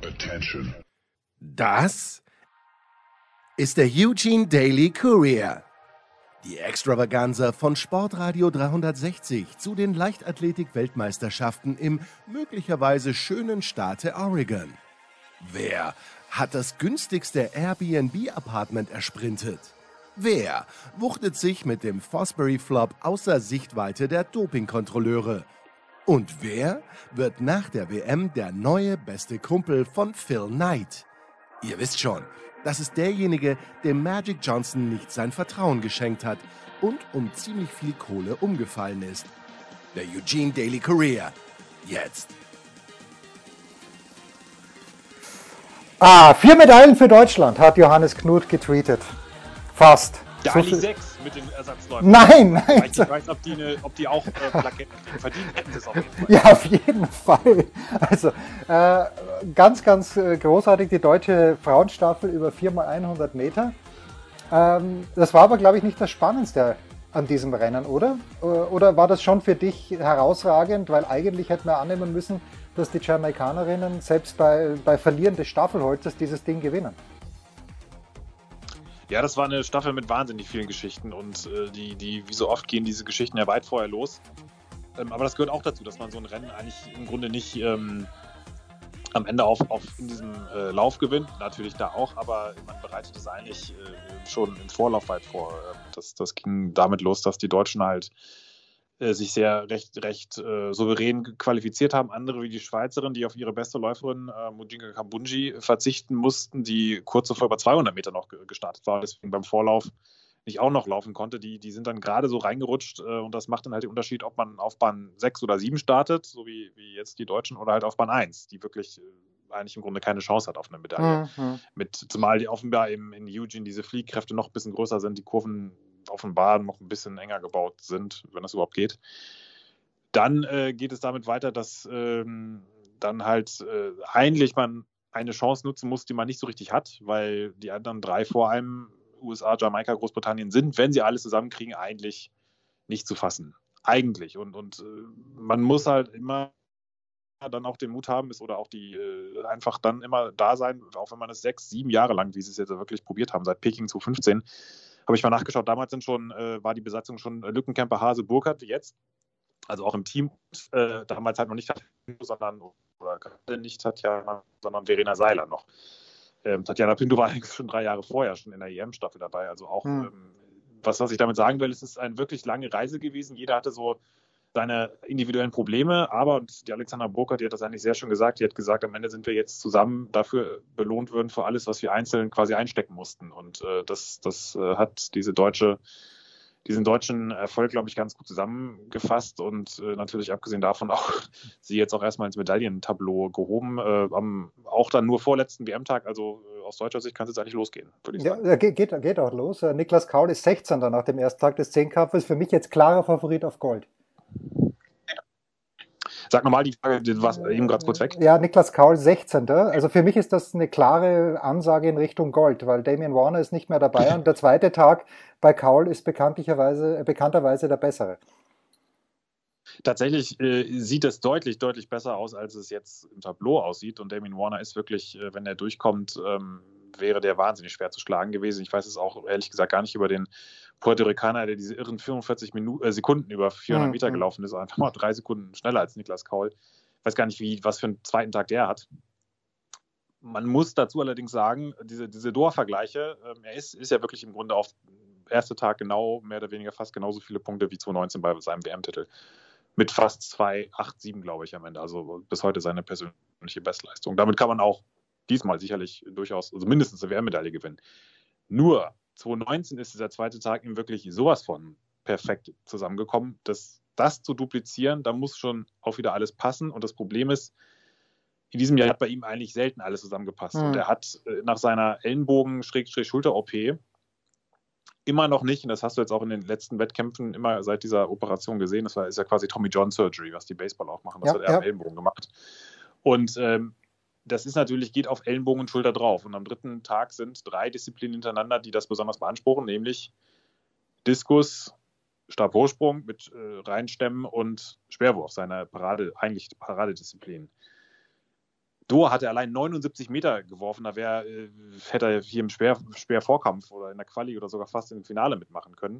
Attention. Das ist der Eugene Daily Courier. Die Extravaganza von Sportradio 360 zu den Leichtathletik-Weltmeisterschaften im möglicherweise schönen Staate Oregon. Wer hat das günstigste Airbnb-Apartment ersprintet? Wer wuchtet sich mit dem Fosbury-Flop außer Sichtweite der Dopingkontrolleure? Und wer wird nach der WM der neue beste Kumpel von Phil Knight? Ihr wisst schon, das ist derjenige, dem Magic Johnson nicht sein Vertrauen geschenkt hat und um ziemlich viel Kohle umgefallen ist. Der Eugene Daily Courier. Jetzt. 4 Medaillen für Deutschland, hat Johannes Knuth getweetet. Fast. Ja, so eigentlich 6 mit den Ersatzläufern. Nein. Ich weiß, ob die auch Plaketten verdient hätten, das auf jeden Fall. Ja, auf jeden Fall. Also, ganz, ganz großartig die deutsche Frauenstaffel über 4x100 Meter. Das war aber, glaube ich, nicht das Spannendste an diesem Rennen, oder? Oder war das schon für dich herausragend? Weil eigentlich hätten wir annehmen müssen, dass die Jamaikanerinnen selbst bei Verlieren des Staffelholzes dieses Ding gewinnen. Ja, das war eine Staffel mit wahnsinnig vielen Geschichten und wie so oft gehen diese Geschichten ja weit vorher los. Aber das gehört auch dazu, dass man so ein Rennen eigentlich im Grunde nicht am Ende in diesem Lauf gewinnt. Natürlich da auch, aber man bereitet es eigentlich schon im Vorlauf weit vor. Das ging damit los, dass die Deutschen halt sich sehr recht souverän qualifiziert haben. Andere wie die Schweizerin, die auf ihre beste Läuferin Mujinga Kambundji verzichten mussten, die kurz zuvor über 200 Meter noch gestartet war, deswegen beim Vorlauf nicht auch noch laufen konnte. Die sind dann gerade so reingerutscht und das macht dann halt den Unterschied, ob man auf Bahn 6 oder 7 startet, so wie jetzt die Deutschen, oder halt auf Bahn 1, die wirklich eigentlich im Grunde keine Chance hat auf eine Medaille. Zumal die offenbar in Eugene diese Fliehkräfte noch ein bisschen größer sind, die Kurven offenbar noch ein bisschen enger gebaut sind, wenn das überhaupt geht. Dann geht es damit weiter, dass dann halt eigentlich man eine Chance nutzen muss, die man nicht so richtig hat, weil die anderen 3 vor allem USA, Jamaika, Großbritannien sind, wenn sie alles zusammenkriegen, eigentlich nicht zu fassen. Eigentlich. Und man muss halt immer dann auch den Mut haben, oder auch die einfach dann immer da sein, auch wenn man es 6, 7 Jahre lang, wie sie es jetzt wirklich probiert haben, seit Peking 2015, habe ich mal nachgeschaut, damals war die Besatzung schon Lückenkämper, Hase, Burkhardt wie jetzt, also auch im Team, damals halt noch nicht sondern Verena Seiler noch. Tatjana Pinto war eigentlich schon 3 Jahre vorher schon in der EM-Staffel dabei, also auch, was ich damit sagen will, es ist eine wirklich lange Reise gewesen, jeder hatte so seine individuellen Probleme, aber, und die Alexandra Burkhardt, die hat das eigentlich sehr schön gesagt, die hat gesagt, am Ende sind wir jetzt zusammen dafür belohnt worden für alles, was wir einzeln quasi einstecken mussten, und das hat diesen deutschen Erfolg, glaube ich, ganz gut zusammengefasst, und natürlich abgesehen davon auch sie jetzt auch erstmal ins Medaillentableau gehoben, auch dann nur vorletzten WM-Tag, also aus deutscher Sicht kann es jetzt eigentlich losgehen, würde ich sagen. Ja, geht auch los. Niklas Kaul ist 16. nach dem ersten Tag des Zehnkampfes, für mich jetzt klarer Favorit auf Gold. Sag nochmal die Frage, du warst eben gerade kurz weg. Ja, Niklas Kaul 16. Also für mich ist das eine klare Ansage in Richtung Gold, weil Damian Warner ist nicht mehr dabei und der zweite Tag bei Kaul ist bekannterweise der bessere. Tatsächlich sieht es deutlich, deutlich besser aus, als es jetzt im Tableau aussieht, und Damian Warner ist wirklich, wenn er durchkommt, wäre der wahnsinnig schwer zu schlagen gewesen. Ich weiß es auch ehrlich gesagt gar nicht über den Puerto Ricaner, der diese irren 44 Sekunden über 400 Meter gelaufen ist, einfach mal 3 Sekunden schneller als Niklas Kaul. Ich weiß gar nicht, was für einen zweiten Tag der hat. Man muss dazu allerdings sagen, diese Doha-Vergleiche, er ist ja wirklich im Grunde auf ersten Tag genau, mehr oder weniger fast genauso viele Punkte wie 2019 bei seinem WM-Titel. Mit fast 2,87, glaube ich, am Ende. Also bis heute seine persönliche Bestleistung. Damit kann man auch diesmal sicherlich durchaus, also mindestens eine WM-Medaille gewinnen. Nur 2019 ist dieser zweite Tag ihm wirklich sowas von perfekt zusammengekommen, dass das zu duplizieren, da muss schon auch wieder alles passen. Und das Problem ist, in diesem Jahr hat bei ihm eigentlich selten alles zusammengepasst. Und er hat nach seiner Ellenbogen-Schulter-OP immer noch nicht, und das hast du jetzt auch in den letzten Wettkämpfen immer seit dieser Operation gesehen, ist ja quasi Tommy John Surgery, was die Baseball auch machen, das hat er am Ellenbogen gemacht. Und das ist natürlich, geht auf Ellenbogen und Schulter drauf. Und am dritten Tag sind 3 Disziplinen hintereinander, die das besonders beanspruchen, nämlich Diskus, Stabhochsprung mit Reinstemmen und Speerwurf, seine Paradedisziplin. Doha hat er allein 79 Meter geworfen, da hätte er hier im Speer-Vorkampf oder in der Quali oder sogar fast im Finale mitmachen können.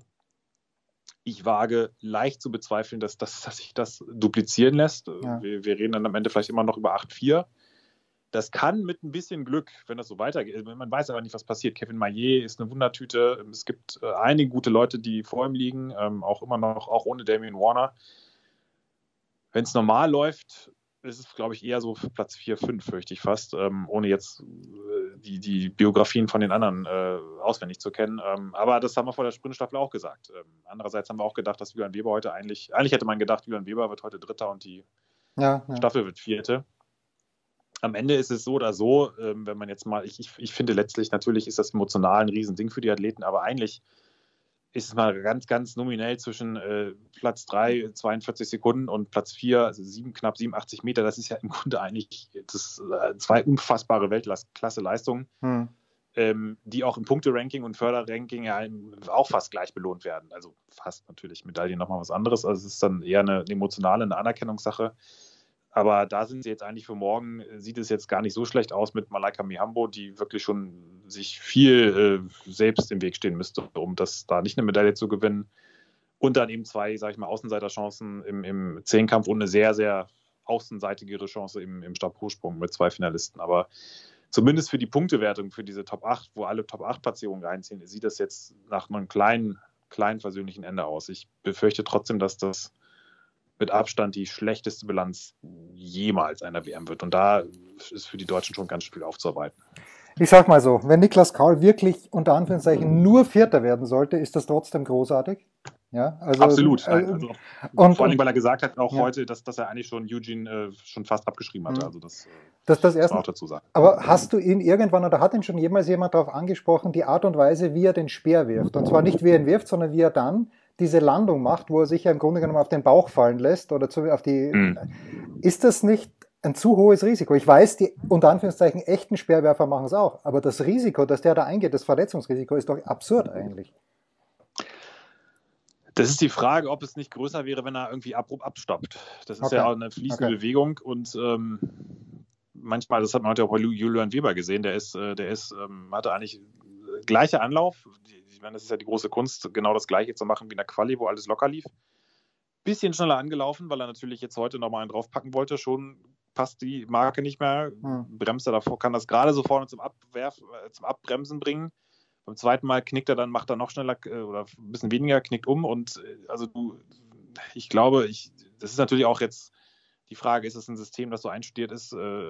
Ich wage leicht zu bezweifeln, dass sich das duplizieren lässt. Ja. Wir reden dann am Ende vielleicht immer noch über 8-4. Das kann mit ein bisschen Glück, wenn das so weitergeht. Man weiß aber nicht, was passiert. Kevin Maillet ist eine Wundertüte. Es gibt einige gute Leute, die vor ihm liegen, auch immer noch, auch ohne Damian Warner. Wenn es normal läuft, ist es, glaube ich, eher so für Platz 4, 5, fürchte ich fast, ohne jetzt die Biografien von den anderen auswendig zu kennen. Aber das haben wir vor der Sprintstaffel auch gesagt. Andererseits haben wir auch gedacht, dass Julian Weber heute eigentlich hätte man gedacht, Julian Weber wird heute Dritter und die Staffel wird Vierte. Am Ende ist es so oder so, wenn man jetzt mal, ich finde letztlich, natürlich ist das emotional ein Riesending für die Athleten, aber eigentlich ist es mal ganz, ganz nominell zwischen Platz 3, 42 Sekunden und Platz 4, also knapp 87 Meter. Das ist ja im Grunde eigentlich zwei unfassbare Weltklasse-Leistungen, die auch im Punkteranking und Förderranking ja auch fast gleich belohnt werden. Also fast natürlich, Medaillen nochmal was anderes. Also es ist dann eher eine emotionale, eine Anerkennungssache. Aber da sind sie jetzt eigentlich für morgen, sieht es jetzt gar nicht so schlecht aus mit Malaika Mihambo, die wirklich schon sich viel selbst im Weg stehen müsste, um das da nicht eine Medaille zu gewinnen. Und dann eben zwei, sage ich mal, Außenseiterchancen im Zehnkampf und eine sehr, sehr außenseitigere Chance im Stabhochsprung mit 2 Finalisten. Aber zumindest für die Punktewertung, für diese Top 8, wo alle Top 8 Platzierungen reinziehen, sieht das jetzt nach einem kleinen versöhnlichen Ende aus. Ich befürchte trotzdem, dass das mit Abstand die schlechteste Bilanz jemals einer WM wird. Und da ist für die Deutschen schon ganz viel aufzuarbeiten. Ich sag mal so, wenn Niklas Kaul wirklich unter Anführungszeichen nur Vierter werden sollte, ist das trotzdem großartig. Ja, also, absolut. Und vor allem, weil er gesagt hat, auch heute, dass er eigentlich schon Eugene schon fast abgeschrieben hatte. Also das muss man auch dazu sagen. Aber hast du ihn irgendwann oder hat ihn schon jemals jemand darauf angesprochen, die Art und Weise, wie er den Speer wirft? Und zwar nicht, wie er ihn wirft, sondern wie er dann diese Landung macht, wo er sich ja im Grunde genommen auf den Bauch fallen lässt oder auf die. Ist das nicht ein zu hohes Risiko? Ich weiß, die unter Anführungszeichen echten Speerwerfer machen es auch, aber das Risiko, dass der da eingeht, das Verletzungsrisiko, ist doch absurd eigentlich. Das ist die Frage, ob es nicht größer wäre, wenn er irgendwie abrupt abstoppt. Das ist ja auch eine fließende Bewegung und manchmal, das hat man heute auch bei Julian Weber gesehen, der hatte eigentlich gleicher Anlauf. Ich meine, das ist ja die große Kunst, genau das Gleiche zu machen wie in der Quali, wo alles locker lief. Bisschen schneller angelaufen, weil er natürlich jetzt heute nochmal einen draufpacken wollte. Schon passt die Marke nicht mehr. Bremst er davor, kann das gerade so vorne zum Abbremsen bringen. Beim zweiten Mal knickt er dann, macht er noch schneller oder ein bisschen weniger, knickt um. Und also ich glaube, das ist natürlich auch jetzt die Frage, ist es ein System, das so einstudiert ist,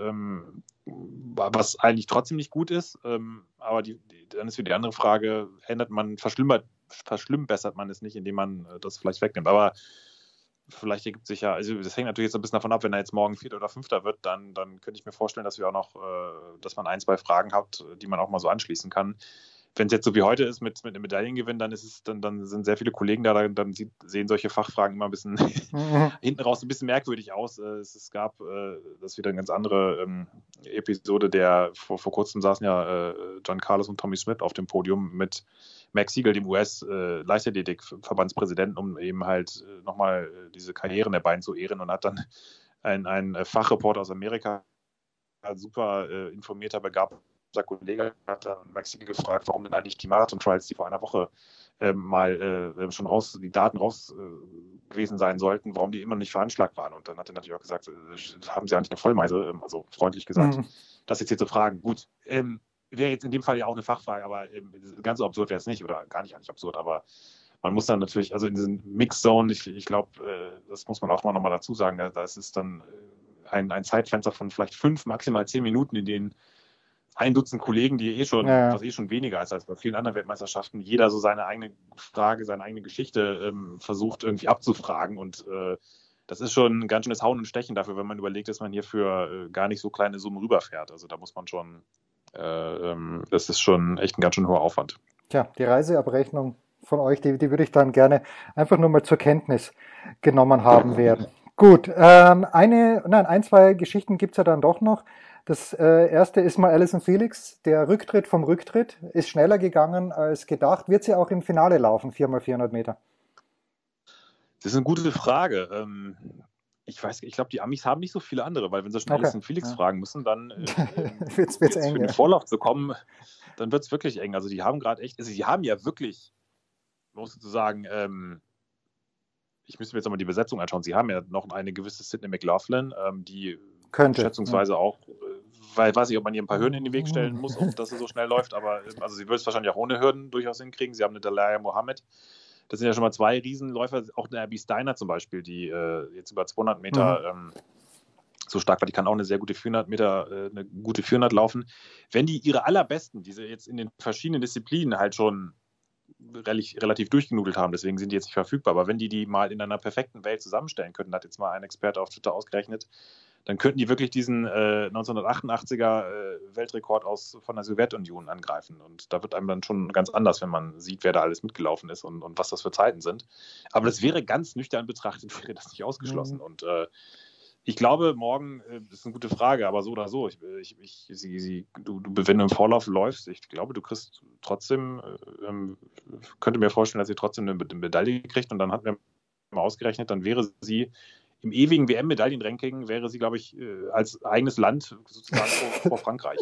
was eigentlich trotzdem nicht gut ist. Aber dann ist wieder die andere Frage, verschlimmbessert man es nicht, indem man das vielleicht wegnimmt. Aber vielleicht ergibt sich ja, also das hängt natürlich jetzt ein bisschen davon ab, wenn er jetzt morgen Vierter oder Fünfter wird, dann könnte ich mir vorstellen, dass wir auch noch, dass man 1, 2 Fragen hat, die man auch mal so anschließen kann. Wenn es jetzt so wie heute ist mit einem Medaillengewinn, dann sind sehr viele Kollegen da, dann sehen solche Fachfragen immer ein bisschen hinten raus ein bisschen merkwürdig aus. Es gab, das ist wieder eine ganz andere Episode, vor kurzem saßen ja John Carlos und Tommy Smith auf dem Podium mit Max Siegel, dem US-Leichtathletik-Verbandspräsidenten, um eben halt nochmal diese Karrieren der beiden zu ehren, und hat dann ein Fachreporter aus Amerika, ein super informierter, begabter Kollege, hat dann Max Siegel gefragt, warum denn eigentlich die Marathon-Trials, die vor einer Woche schon die Daten raus gewesen sein sollten, warum die immer noch nicht veranschlagt waren. Und dann hat er natürlich auch gesagt, haben sie eigentlich eine Vollmeise, also freundlich gesagt, das jetzt hier zu fragen. Gut, wäre jetzt in dem Fall ja auch eine Fachfrage, aber ganz so absurd wäre es nicht, oder gar nicht absurd, aber man muss dann natürlich, also in diesen Mix-Zone, ich glaube, das muss man auch mal nochmal dazu sagen, da ist es dann ein Zeitfenster von vielleicht 5, maximal 10 Minuten, in denen ein Dutzend Kollegen, die was schon weniger ist als bei vielen anderen Weltmeisterschaften, jeder so seine eigene Frage, seine eigene Geschichte versucht irgendwie abzufragen, und das ist schon ein ganz schönes Hauen und Stechen dafür, wenn man überlegt, dass man hier für gar nicht so kleine Summen rüberfährt. Also da muss man schon, das ist schon echt ein ganz schön hoher Aufwand. Tja, die Reiseabrechnung von euch, die würde ich dann gerne einfach nur mal zur Kenntnis genommen haben werden. Gut, 1, 2 Geschichten gibt's ja dann doch noch. Das erste ist mal Allyson Felix, der Rücktritt vom Rücktritt, ist schneller gegangen als gedacht. Wird sie auch im Finale laufen, 4x400 Meter? Das ist eine gute Frage. Ich glaube, die Amis haben nicht so viele andere, weil wenn sie schon Allyson Felix fragen müssen, dann wird's eng, für den Vorlauf zu kommen, dann wird es wirklich eng. Also die haben gerade echt, also die haben ja wirklich, muss ich sagen, ich müsste mir jetzt nochmal die Besetzung anschauen, sie haben ja noch eine gewisse Sydney McLaughlin, die schätzungsweise auch, weil weiß ich, ob man ihr ein paar Hürden in den Weg stellen muss, dass sie so schnell läuft, aber also sie wird es wahrscheinlich auch ohne Hürden durchaus hinkriegen. Sie haben eine Dalaya Mohammed. Das sind ja schon mal 2 Riesenläufer, auch eine Abby Steiner zum Beispiel, die jetzt über 200 Meter so stark war. Die kann auch eine sehr gute 400 Meter, eine gute 400 laufen. Wenn die ihre allerbesten, die sie jetzt in den verschiedenen Disziplinen halt schon relativ durchgenudelt haben, deswegen sind die jetzt nicht verfügbar, aber wenn die mal in einer perfekten Welt zusammenstellen könnten, hat jetzt mal ein Experte auf Twitter ausgerechnet, dann könnten die wirklich diesen 1988er Weltrekord von der Sowjetunion angreifen. Und da wird einem dann schon ganz anders, wenn man sieht, wer da alles mitgelaufen ist und was das für Zeiten sind. Aber das wäre ganz nüchtern betrachtet, wäre das nicht ausgeschlossen. Und ich glaube, morgen, das ist eine gute Frage, aber so oder so, wenn du im Vorlauf läufst, ich glaube, du kriegst trotzdem, könnte mir vorstellen, dass sie trotzdem eine Medaille kriegt. Und dann hat mir mal ausgerechnet, dann wäre sie im ewigen WM-Medaillenranking wäre sie, glaube ich, als eigenes Land sozusagen vor Frankreich.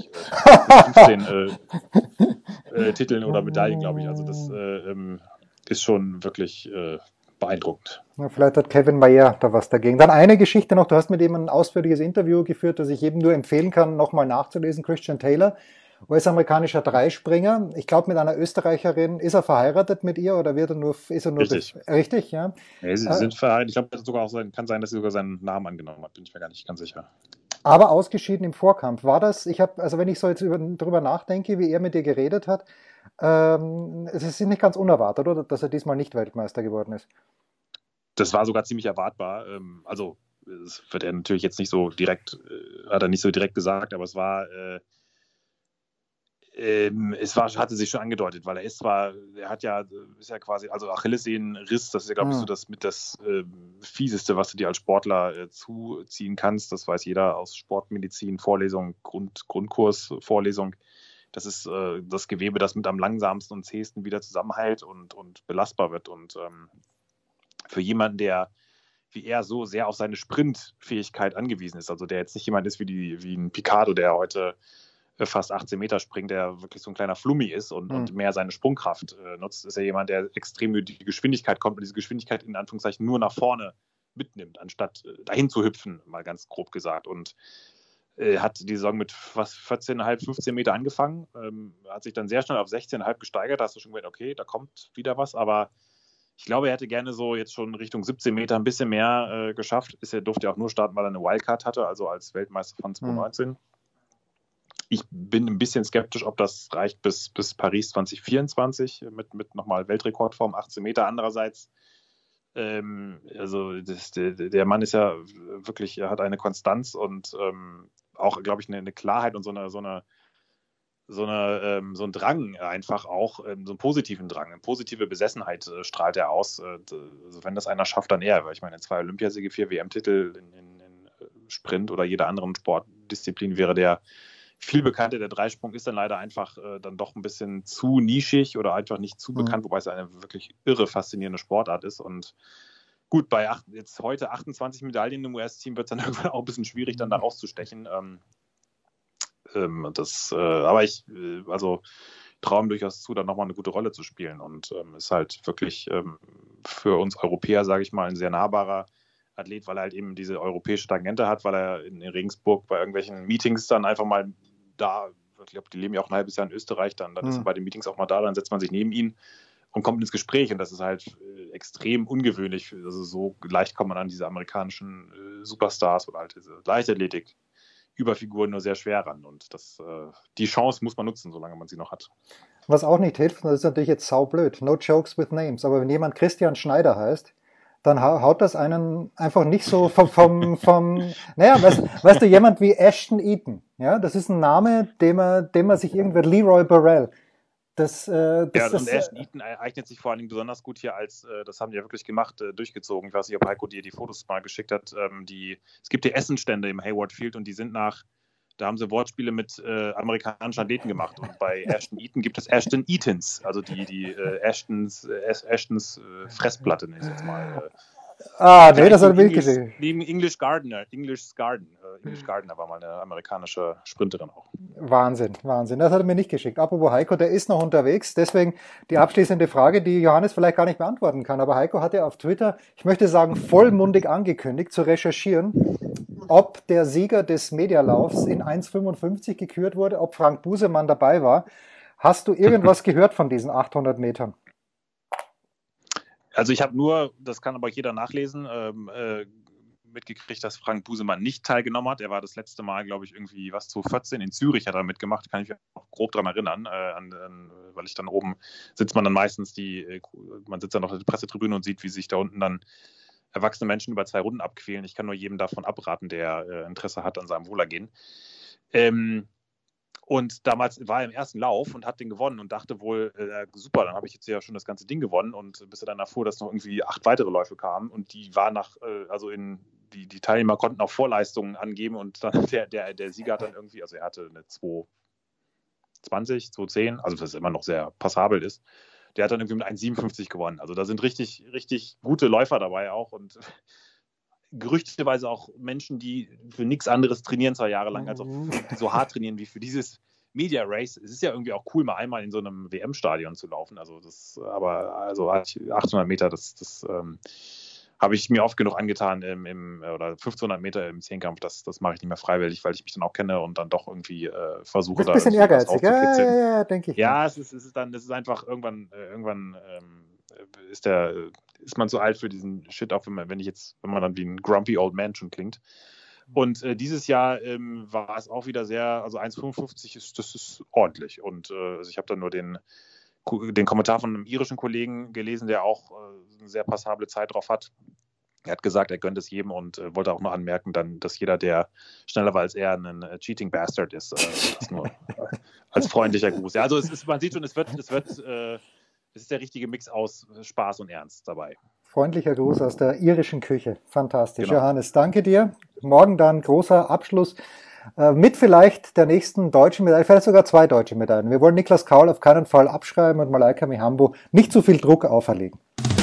15 Titeln oder Medaillen, glaube ich. Also das ist schon wirklich beeindruckend. Ja, vielleicht hat Kevin Mayer da was dagegen. Dann eine Geschichte noch, du hast mit ihm ein ausführliches Interview geführt, das ich eben nur empfehlen kann, nochmal nachzulesen. Christian Taylor, US-amerikanischer Dreispringer. Ich glaube, mit einer Österreicherin. Ist er verheiratet mit ihr oder ist er nur richtig? Richtig, ja. Nee, sie sind verheiratet. Ich glaube, kann sein, dass sie sogar seinen Namen angenommen hat. Bin ich mir gar nicht ganz sicher. Aber ausgeschieden im Vorkampf. War das, also wenn ich so jetzt drüber nachdenke, wie er mit dir geredet hat, es ist nicht ganz unerwartet, oder? Dass er diesmal nicht Weltmeister geworden ist. Das war sogar ziemlich erwartbar. Also, das wird er natürlich jetzt nicht so direkt, hat er nicht so direkt gesagt, aber es war, hatte sich schon angedeutet, weil ist ja quasi, also Achillessehnenriss, das ist ja, glaube ich, so das Fieseste, was du dir als Sportler zuziehen kannst. Das weiß jeder aus Sportmedizin, Vorlesung, Grundkurs, Vorlesung. Das ist das Gewebe, das mit am langsamsten und zähesten wieder zusammenhält und belastbar wird. Und für jemanden, der wie er so sehr auf seine Sprintfähigkeit angewiesen ist, also der jetzt nicht jemand ist wie ein Picardo, der heute fast 18 Meter springt, der wirklich so ein kleiner Flummi ist und mehr seine Sprungkraft nutzt, ist er jemand, der extrem über die Geschwindigkeit kommt und diese Geschwindigkeit in Anführungszeichen nur nach vorne mitnimmt, anstatt dahin zu hüpfen, mal ganz grob gesagt. Und hat die Saison mit fast 14,5, 15 Meter angefangen, hat sich dann sehr schnell auf 16,5 gesteigert. Da hast du schon gedacht, okay, da kommt wieder was, aber ich glaube, er hätte gerne so jetzt schon Richtung 17 Meter ein bisschen mehr geschafft. Er durfte ja auch nur starten, weil er eine Wildcard hatte, also als Weltmeister von 2019. Ich bin ein bisschen skeptisch, ob das reicht bis Paris 2024 mit nochmal Weltrekordform 18 Meter. Andererseits, also der Mann ist ja wirklich, er hat eine Konstanz und auch, glaube ich, eine Klarheit und so ein Drang einfach auch, so einen positiven Drang, eine positive Besessenheit strahlt er aus. Also wenn das einer schafft, dann er. Weil ich meine, 2 Olympiasiege, 4 WM-Titel in Sprint oder jeder anderen Sportdisziplin wäre der viel bekannter. Der Dreisprung ist dann leider einfach dann doch ein bisschen zu nischig oder einfach nicht zu bekannt, wobei es eine wirklich irre faszinierende Sportart ist. Und gut, bei jetzt heute 28 Medaillen im US-Team wird es dann irgendwann auch ein bisschen schwierig, dann da rauszustechen. Aber ich traue ihm durchaus zu, dann nochmal eine gute Rolle zu spielen und ist halt wirklich für uns Europäer, sage ich mal, ein sehr nahbarer Athlet, weil er halt eben diese europäische Tangente hat, weil er in Regensburg bei irgendwelchen Meetings dann einfach mal da, ich glaube, die leben ja auch ein halbes Jahr in Österreich, dann ist er bei den Meetings auch mal da, dann setzt man sich neben ihn und kommt ins Gespräch und das ist halt extrem ungewöhnlich. Also so leicht kommt man an diese amerikanischen Superstars oder halt diese Leichtathletik Überfiguren nur sehr schwer ran und die Chance muss man nutzen, solange man sie noch hat. Was auch nicht hilft, das ist natürlich jetzt saublöd, no jokes with names, aber wenn jemand Christian Schneider heißt, dann haut das einen einfach nicht so naja, weißt du, jemand wie Ashton Eaton, ja, das ist ein Name, dem man sich irgendwer, Leroy Burrell, und Ashton Eaton eignet sich vor allen Dingen besonders gut hier das haben die ja wirklich gemacht, durchgezogen. Ich weiß nicht, ob Heiko dir die Fotos mal geschickt hat. Es gibt die Essenstände im Hayward Field und die sind da haben sie Wortspiele mit amerikanischen Athleten gemacht. Und bei Ashton Eaton gibt es Ashton Eatons, also die Ashtons Fressplatte, nenne ich jetzt mal. Nee, das hat er mir nicht geschickt. Neben English Gardener war mal eine amerikanische Sprinterin auch. Wahnsinn. Das hat er mir nicht geschickt. Apropos Heiko, der ist noch unterwegs. Deswegen die abschließende Frage, die Johannes vielleicht gar nicht beantworten kann. Aber Heiko hat ja auf Twitter, ich möchte sagen, vollmundig angekündigt, zu recherchieren, ob der Sieger des Medialaufs in 1,55 gekürt wurde, ob Frank Busemann dabei war. Hast du irgendwas gehört von diesen 800 Metern? Also ich habe nur, das kann aber jeder nachlesen, mitgekriegt, dass Frank Busemann nicht teilgenommen hat. Er war das letzte Mal, glaube ich, irgendwie 2014 in Zürich hat er mitgemacht. Kann ich mich auch grob daran erinnern, weil ich dann oben sitzt man dann meistens man sitzt dann auf der Pressetribüne und sieht, wie sich da unten dann erwachsene Menschen über 2 Runden abquälen. Ich kann nur jedem davon abraten, der Interesse hat an seinem Wohlergehen. Und damals war er im ersten Lauf und hat den gewonnen und dachte wohl, super, dann habe ich jetzt ja schon das ganze Ding gewonnen, und bis er dann erfuhr, dass noch irgendwie 8 weitere Läufe kamen, und die waren die Teilnehmer konnten auch Vorleistungen angeben, und dann der Sieger hat dann irgendwie, also er hatte eine 2,20, 2,10, also was immer noch sehr passabel ist, der hat dann irgendwie mit 1,57 gewonnen. Also da sind richtig, richtig gute Läufer dabei auch, und gerüchteweise auch Menschen, die für nichts anderes trainieren 2 Jahre lang, als auch so hart trainieren wie für dieses Media Race. Es ist ja irgendwie auch cool, mal einmal in so einem WM-Stadion zu laufen. Also 800 Meter, das habe ich mir oft genug angetan oder 1500 Meter im Zehnkampf. Das mache ich nicht mehr freiwillig, weil ich mich dann auch kenne und dann doch irgendwie versuche, da ein bisschen ehrgeizig, ja, denke ich. Ja, es ist einfach irgendwann ist man zu alt für diesen Shit, auch wenn man dann wie ein grumpy old man schon klingt. Und dieses Jahr war es auch wieder also 1,55 das ist ordentlich. Und also ich habe dann nur den Kommentar von einem irischen Kollegen gelesen, der auch eine sehr passable Zeit drauf hat. Er hat gesagt, er gönnt es jedem, und wollte auch nur anmerken, dann, dass jeder, der schneller war als er, ein Cheating Bastard ist. Das nur als freundlicher Gruß. Ja, also man sieht schon, es ist der richtige Mix aus Spaß und Ernst dabei. Freundlicher Gruß aus der irischen Küche. Fantastisch. Genau. Johannes, danke dir. Morgen dann großer Abschluss mit vielleicht der nächsten deutschen Medaille, vielleicht sogar 2 deutsche Medaillen. Wir wollen Niklas Kaul auf keinen Fall abschreiben und Malaika Mihambo nicht zu viel Druck auferlegen.